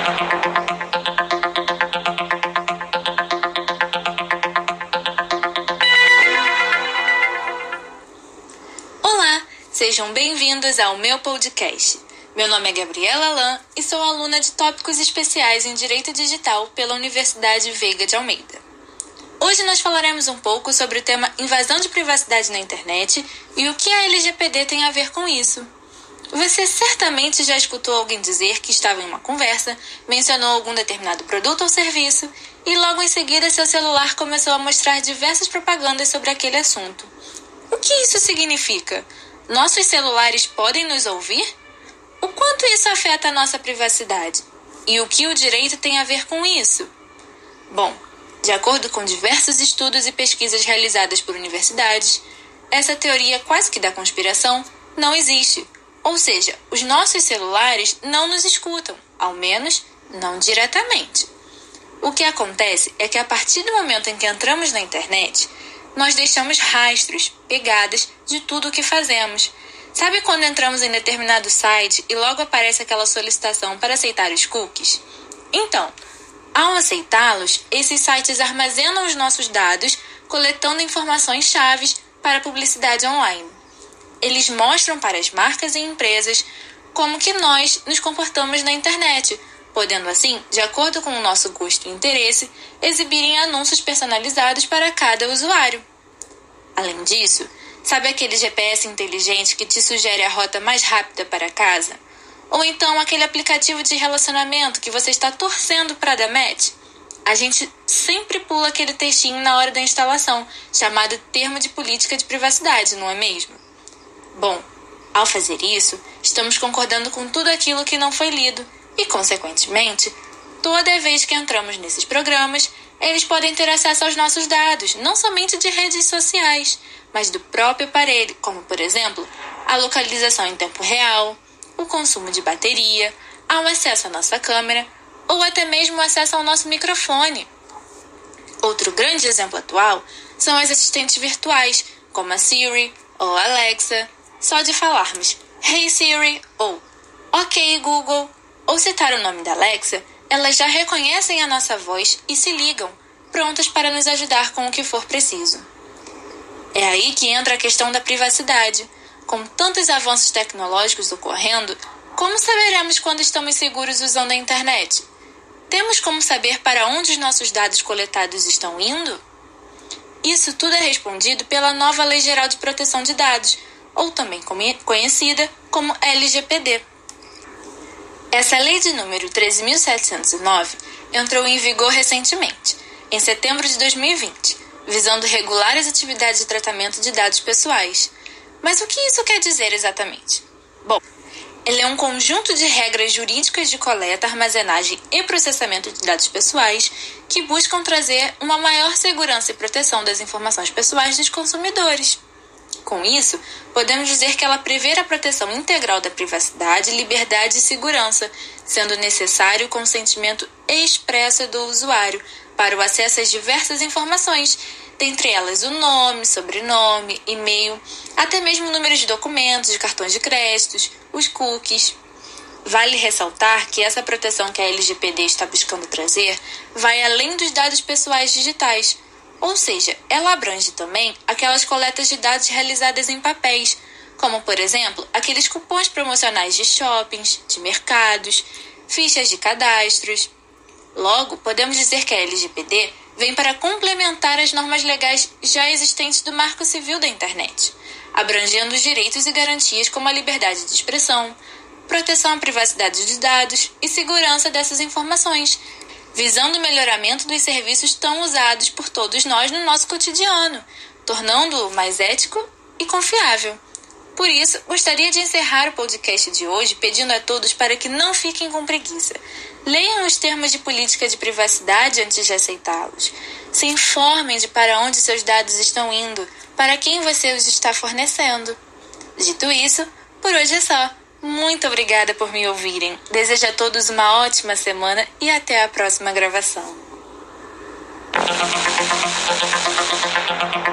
Olá, sejam bem-vindos ao meu podcast. Meu nome é Gabriela Alain e sou aluna de Tópicos Especiais em Direito Digital pela Universidade Veiga de Almeida. Hoje nós falaremos um pouco sobre o tema invasão de privacidade na internet e o que a LGPD tem a ver com isso. Você certamente já escutou alguém dizer que estava em uma conversa, mencionou algum determinado produto ou serviço e logo em seguida seu celular começou a mostrar diversas propagandas sobre aquele assunto. O que isso significa? Nossos celulares podem nos ouvir? O quanto isso afeta a nossa privacidade? E o que o direito tem a ver com isso? Bom, de acordo com diversos estudos e pesquisas realizadas por universidades, essa teoria quase que da conspiração não existe. Ou seja, os nossos celulares não nos escutam, ao menos não diretamente. O que acontece é que a partir do momento em que entramos na internet, nós deixamos rastros, pegadas de tudo o que fazemos. Sabe quando entramos em determinado site e logo aparece aquela solicitação para aceitar os cookies? Então, ao aceitá-los, esses sites armazenam os nossos dados, coletando informações chaves para a publicidade online. Eles mostram para as marcas e empresas como que nós nos comportamos na internet, podendo assim, de acordo com o nosso gosto e interesse, exibirem anúncios personalizados para cada usuário. Além disso, sabe aquele GPS inteligente que te sugere a rota mais rápida para casa? Ou então aquele aplicativo de relacionamento que você está torcendo para dar match? A gente sempre pula aquele textinho na hora da instalação, chamado termo de política de privacidade, não é mesmo? Bom, ao fazer isso, estamos concordando com tudo aquilo que não foi lido e, consequentemente, toda vez que entramos nesses programas, eles podem ter acesso aos nossos dados, não somente de redes sociais, mas do próprio aparelho, como, por exemplo, a localização em tempo real, o consumo de bateria, ao acesso à nossa câmera ou até mesmo o acesso ao nosso microfone. Outro grande exemplo atual são as assistentes virtuais, como a Siri ou a Alexa. Só de falarmos Hey Siri ou Ok Google ou citar o nome da Alexa, elas já reconhecem a nossa voz e se ligam, prontas para nos ajudar com o que for preciso. É aí que entra a questão da privacidade. Com tantos avanços tecnológicos ocorrendo, como saberemos quando estamos seguros usando a internet? Temos como saber para onde os nossos dados coletados estão indo? Isso tudo é respondido pela nova Lei Geral de Proteção de Dados, ou também conhecida como LGPD. Essa lei de número 13.709 entrou em vigor recentemente, em setembro de 2020, visando regular as atividades de tratamento de dados pessoais. Mas o que isso quer dizer exatamente? Bom, ele é um conjunto de regras jurídicas de coleta, armazenagem e processamento de dados pessoais que buscam trazer uma maior segurança e proteção das informações pessoais dos consumidores. Com isso, podemos dizer que ela prevê a proteção integral da privacidade, liberdade e segurança, sendo necessário o consentimento expresso do usuário para o acesso às diversas informações, dentre elas o nome, sobrenome, e-mail, até mesmo números de documentos, de cartões de créditos, os cookies. Vale ressaltar que essa proteção que a LGPD está buscando trazer vai além dos dados pessoais digitais, ou seja, ela abrange também aquelas coletas de dados realizadas em papéis, como, por exemplo, aqueles cupons promocionais de shoppings, de mercados, fichas de cadastros. Logo, podemos dizer que a LGPD vem para complementar as normas legais já existentes do Marco Civil da Internet, abrangendo os direitos e garantias como a liberdade de expressão, proteção à privacidade dos dados e segurança dessas informações, visando o melhoramento dos serviços tão usados por todos nós no nosso cotidiano, tornando-o mais ético e confiável. Por isso, gostaria de encerrar o podcast de hoje pedindo a todos para que não fiquem com preguiça. Leiam os termos de política de privacidade antes de aceitá-los. Se informem de para onde seus dados estão indo, para quem você os está fornecendo. Dito isso, por hoje é só. Muito obrigada por me ouvirem. Desejo a todos uma ótima semana e até a próxima gravação.